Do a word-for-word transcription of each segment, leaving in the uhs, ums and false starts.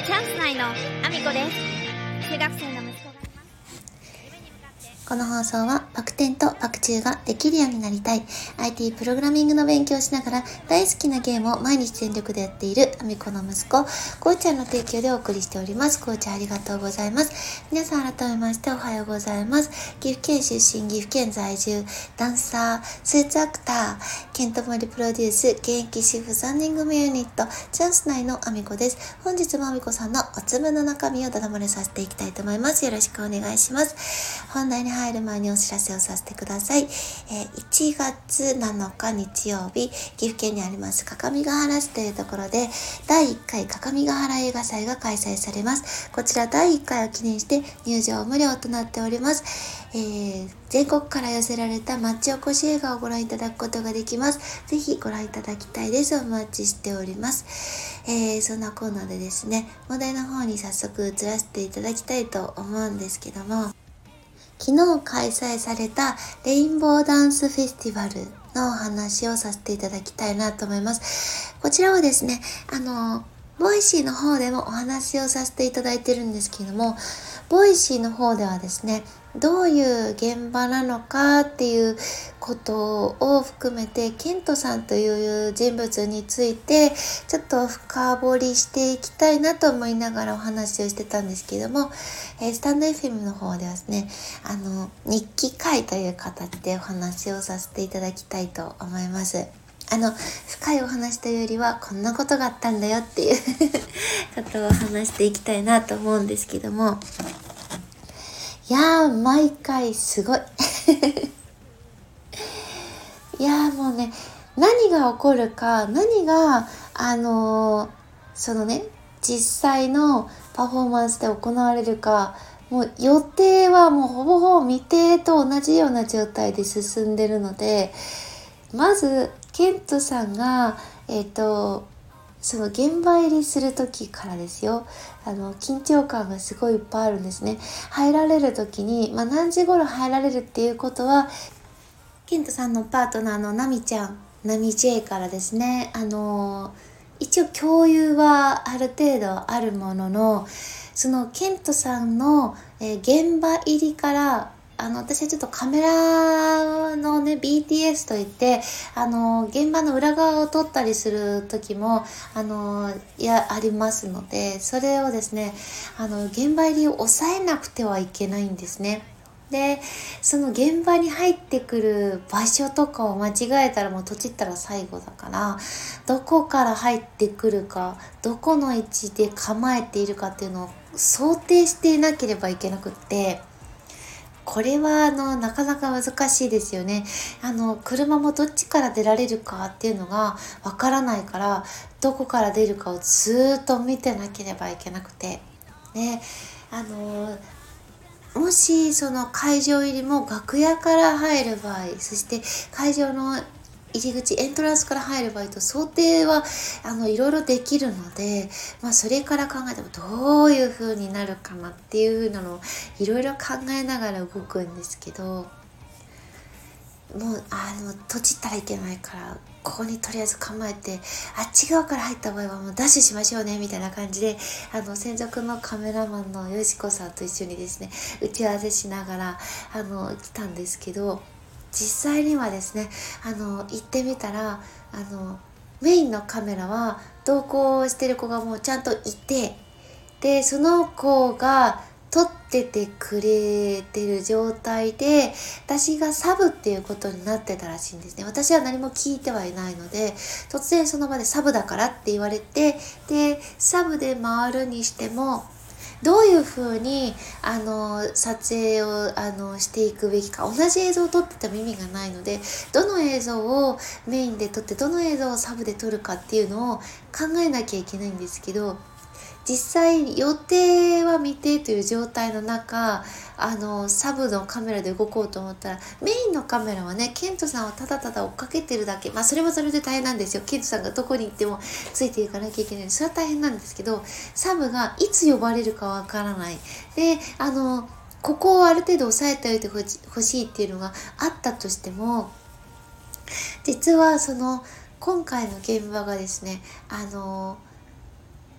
チャンス内のアミコです。中学生の息子がいます。 この放送はバク転とバク宙ができるようになりたい アイティー プログラミングの勉強をしながら大好きなゲームを毎日全力でやっているアミコの息子こうちゃんの提供でお送りしております。こうちゃんありがとうございます。皆さん改めましておはようございます。岐阜県出身、岐阜県在住、ダンサー、スーツアクター、ケントモリプロデュース、現役主婦さんにん組ユニットチャンス内のアミコです。本日もアミコさんのおつむの中身をだだ漏れさせていきたいと思います。よろしくお願いします。本題に入る前にお知らせをさせてください。えー、いちがつなのか日曜日、岐阜県にあります各務原市というところでだいいっかい各務原映画祭が開催されます。こちらだいいっかいを記念して入場無料となっております。えー、全国から寄せられた町おこし映画をご覧いただくことができます。ぜひご覧いただきたいです。お待ちしております。えー、そんなコーナーでですね、問題の方に早速移らせていただきたいと思うんですけども、昨日開催されたレインボーダンスフェスティバルのお話をさせていただきたいなと思います。こちらはですね、あの、ボイシーの方でもお話をさせていただいてるんですけども、ボイシーの方ではですね、どういう現場なのかっていうことを含めて、ケントさんという人物についてちょっと深掘りしていきたいなと思いながらお話をしてたんですけども、えー、スタンド エフエム の方ではですね、あの日記会という形でお話をさせていただきたいと思います。あの深いお話というよりはこんなことがあったんだよっていうことを話していきたいなと思うんですけども、いやー毎回すごいいやーもうね、何が起こるか、何があのー、そのね実際のパフォーマンスで行われるか、もう予定はもうほぼほぼ未定と同じような状態で進んでるので、まずケントさんがえっとその現場入りする時からですよ、あの緊張感がすごいいっぱいあるんですね。入られる時に、まあ、何時頃入られるっていうことは、ケントさんのパートナーのナミちゃん、ナミ J からですね、あの一応共有はある程度あるものの、そのケントさんの、えー、現場入りからあの私はちょっとカメラのね ビーティーエス といってあの現場の裏側を撮ったりする時もあのいやありますので、それをですねあの現場入りを抑えなくてはいけないんですね。でその現場に入ってくる場所とかを間違えたらもう閉じたら最後だから、どこから入ってくるか、どこの位置で構えているかっていうのを想定していなければいけなくって、これはあのなかなか難しいですよね。あの車もどっちから出られるかっていうのがわからないから、どこから出るかをずっと見てなければいけなくて、ね、あのもしその会場入りも楽屋から入る場合、そして会場の入り口エントランスから入る場合と想定はあのいろいろできるので、まあ、それから考えてもどういう風になるかなっていう風なのをいろいろ考えながら動くんですけど、もうあの閉じたらいけないからここにとりあえず構えて、あっち側から入った場合はもうダッシュしましょうねみたいな感じで、あの専属のカメラマンのよしこさんと一緒にですね打ち合わせしながらあの来たんですけど、実際にはですねあの行ってみたらあのメインのカメラは同行してる子がもうちゃんといて、でその子が撮っててくれてる状態で私がサブっていうことになってたらしいんですね。私は何も聞いてはいないので、突然その場でサブだからって言われて、でサブで回るにしてもどういう風にあの撮影をあのしていくべきか、同じ映像を撮ってても意味がないので、どの映像をメインで撮ってどの映像をサブで撮るかっていうのを考えなきゃいけないんですけど、実際予定は未定という状態の中、あのサブのカメラで動こうと思ったら、メインのカメラはねケントさんをただただ追っかけてるだけ、まあそれはそれで大変なんですよ。ケントさんがどこに行ってもついていかなきゃいけない、それは大変なんですけど、サブがいつ呼ばれるかわからないで、あのここをある程度抑えておいてほしいっていうのがあったとしても、実はその今回の現場がですね、あの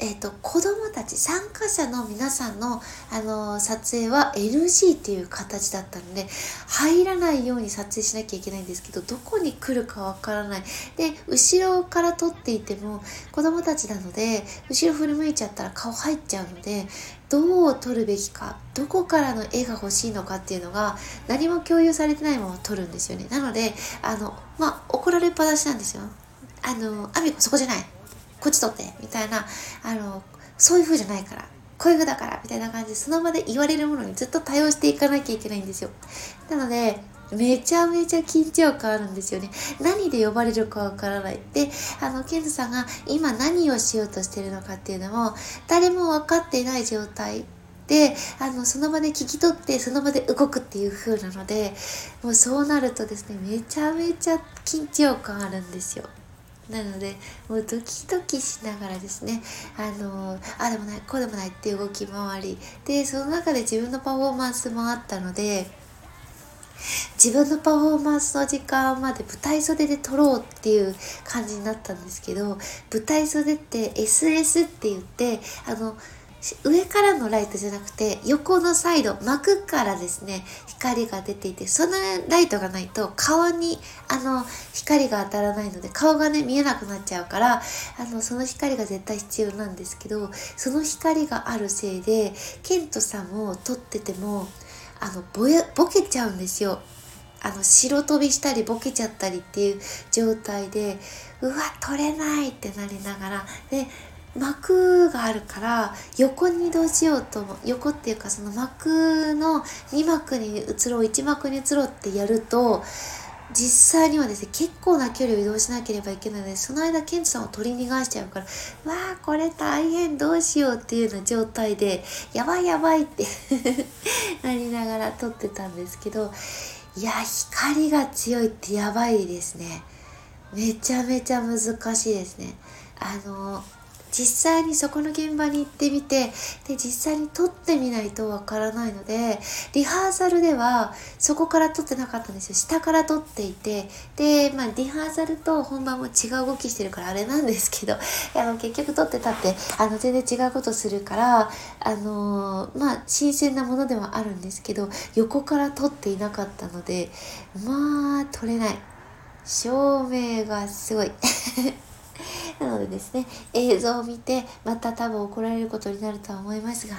えっと、子供たち、参加者の皆さんの、あのー、撮影は エヌジー っていう形だったので、入らないように撮影しなきゃいけないんですけど、どこに来るかわからない。で、後ろから撮っていても、子供たちなので、後ろ振り向いちゃったら顔入っちゃうので、どう撮るべきか、どこからの絵が欲しいのかっていうのが、何も共有されてないまま撮るんですよね。なので、あの、まあ、怒られっぱなしなんですよ。あの、アミコそこじゃない。こっち撮ってみたいな、あのそういう風じゃないからこういう風だからみたいな感じで、その場で言われるものにずっと対応していかなきゃいけないんですよ。なのでめちゃめちゃ緊張感あるんですよね。何で呼ばれるかわからない。で、あのケントさんが今何をしようとしてるのかっていうのも誰も分かっていない状態で、あのその場で聞き取ってその場で動くっていう風なので、もうそうなるとですね、めちゃめちゃ緊張感あるんですよ。なのでもうドキドキしながらですね、あのあでもないこうでもないって動き回りで、その中で自分のパフォーマンスもあったので、自分のパフォーマンスの時間まで舞台袖で撮ろうっていう感じになったんですけど、舞台袖って エスエス って言って、あの上からのライトじゃなくて横のサイド幕からですね光が出ていて、そのライトがないと顔にあの光が当たらないので顔がね見えなくなっちゃうから、あのその光が絶対必要なんですけど、その光があるせいでケントさんを撮っててもあのぼやボケちゃうんですよ。あの白飛びしたりボケちゃったりっていう状態で、うわ撮れないってなりながらで、幕があるから横に移動しようと思う、横っていうかその幕のに幕に移ろういち幕に移ろうってやると、実際にはですね結構な距離を移動しなければいけないので、その間ケントさんを取り逃がしちゃうから、わあこれ大変どうしようっていうような状態で、やばいやばいってなりながら撮ってたんですけど、いや光が強いってやばいですね。めちゃめちゃ難しいですね。あの実際にそこの現場に行ってみて、で実際に撮ってみないとわからないので、リハーサルではそこから撮ってなかったんですよ。下から撮っていて、で、まあ、リハーサルと本番も違う動きしてるからあれなんですけど、あの結局撮ってたってあの全然違うことするから、あのー、まあ新鮮なものではあるんですけど、横から撮っていなかったので、まあ撮れない。照明がすごいなのでですね、映像を見てまた多分怒られることになるとは思いますが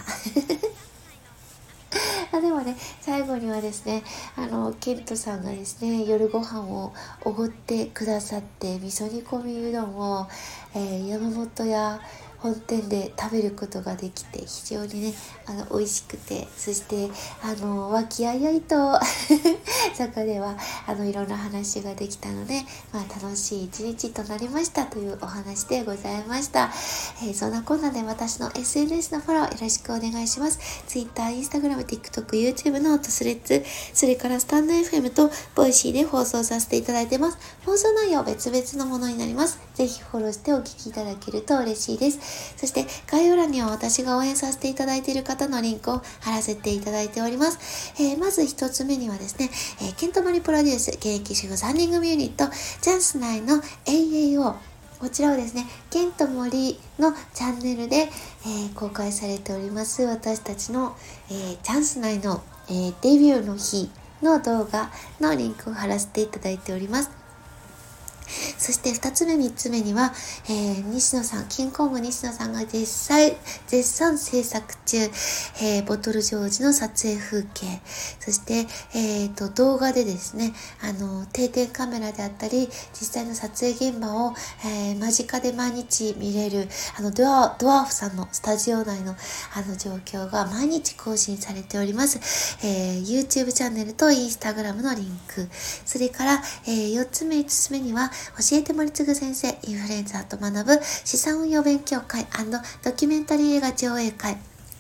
あでもね、最後にはですね、あのケントさんがですね夜ご飯をおごってくださって、味噌煮込みうどんを、えー、山本屋本店で食べることができて、非常にねあの美味しくて、そしてあの和気あいあいとそこではあのいろんな話ができたので、まあ、楽しい一日となりましたというお話でございました。えー、そんなこんなで私の エスエヌエス のフォローよろしくお願いします。 Twitter、Instagram、TikTok、YouTube ノート、スレッズ、それからスタンド エフエム とボイシーで放送させていただいてます。放送内容別々のものになります。ぜひフォローしてお聞きいただけると嬉しいです。そして概要欄には私が応援させていただいている方のリンクを貼らせていただいております。えー、まず一つ目にはですね、えー、ケントモリプロデュース現役主婦さんにん組ユニットチャンス内の エーエーオー、 こちらをですねケントモリのチャンネルで、えー、公開されております、私たちの、えー、チャンス内の、えー、デビューの日の動画のリンクを貼らせていただいております。そして二つ目三つ目には、えー、西野さん、キングコング西野さんが実際絶賛制作中、えー、ボトルジョージの撮影風景、そして、えー、と動画でですね、あの定点カメラであったり実際の撮影現場を、えー、間近で毎日見れるあのドワドワーフさんのスタジオ内のあの状況が毎日更新されております。えー、YouTube チャンネルと Instagram のリンク、それから、えー、よっつめいつつめには教えて森次先生、インフルエンサーと学ぶ資産運用勉強会&ドキュメンタリー映画上映会、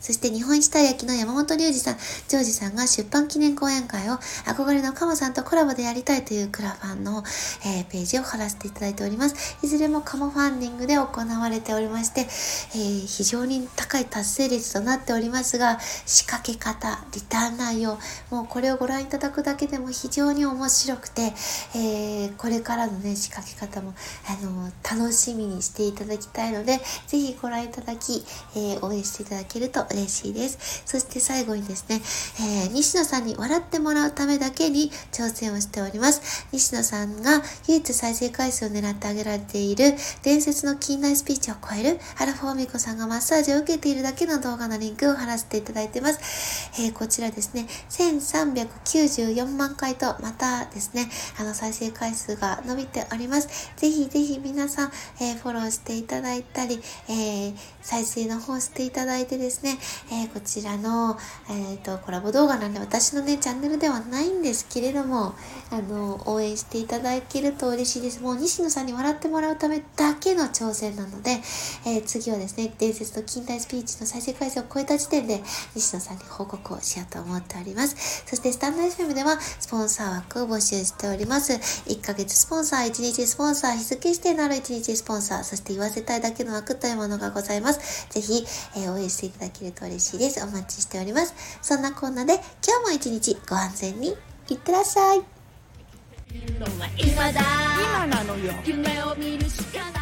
そして日本一たい焼きの山本龍二さん、ジョージさんが出版記念講演会を憧れのカモさんとコラボでやりたいというクラファンの、えー、ページを貼らせていただいております。いずれもカモファンディングで行われておりまして、えー、非常に高い達成率となっておりますが、仕掛け方、リターン内容、もうこれをご覧いただくだけでも非常に面白くて、えー、これからのね仕掛け方もあの楽しみにしていただきたいので、ぜひご覧いただき、えー、応援していただけると嬉しいです。そして最後にですね、えー、西野さんに笑ってもらうためだけに挑戦をしております。西野さんが唯一再生回数を狙ってあげられている伝説の近代スピーチを超えるアラフォーミコさんがマッサージを受けているだけの動画のリンクを貼らせていただいてます。えー、こちらですね、せんさんびゃくきゅうじゅうよんまんかいとまたですね、あの再生回数が伸びております。ぜひぜひ皆さん、えー、フォローしていただいたり、えー、再生の方していただいてですね、えー、こちらの、えー、とコラボ動画なんで私のねチャンネルではないんですけれども、あの応援していただけると嬉しいです。もう西野さんに笑ってもらうためだけの挑戦なので、えー、次はですね、伝説の近代スピーチの再生回数を超えた時点で西野さんに報告をしようと思っております。そしてスタンド エフエム ではスポンサー枠を募集しております。いっかげつスポンサー、いちにちスポンサー、日付指定のあるいちにちスポンサー、そして言わせたいだけの枠というものがございます。ぜひ、えー、応援していただけると嬉しいです。お待ちしております。そんなこんなで今日も一日ご安全にいってらっしゃい。 今だ今なのよ夢を見るしかない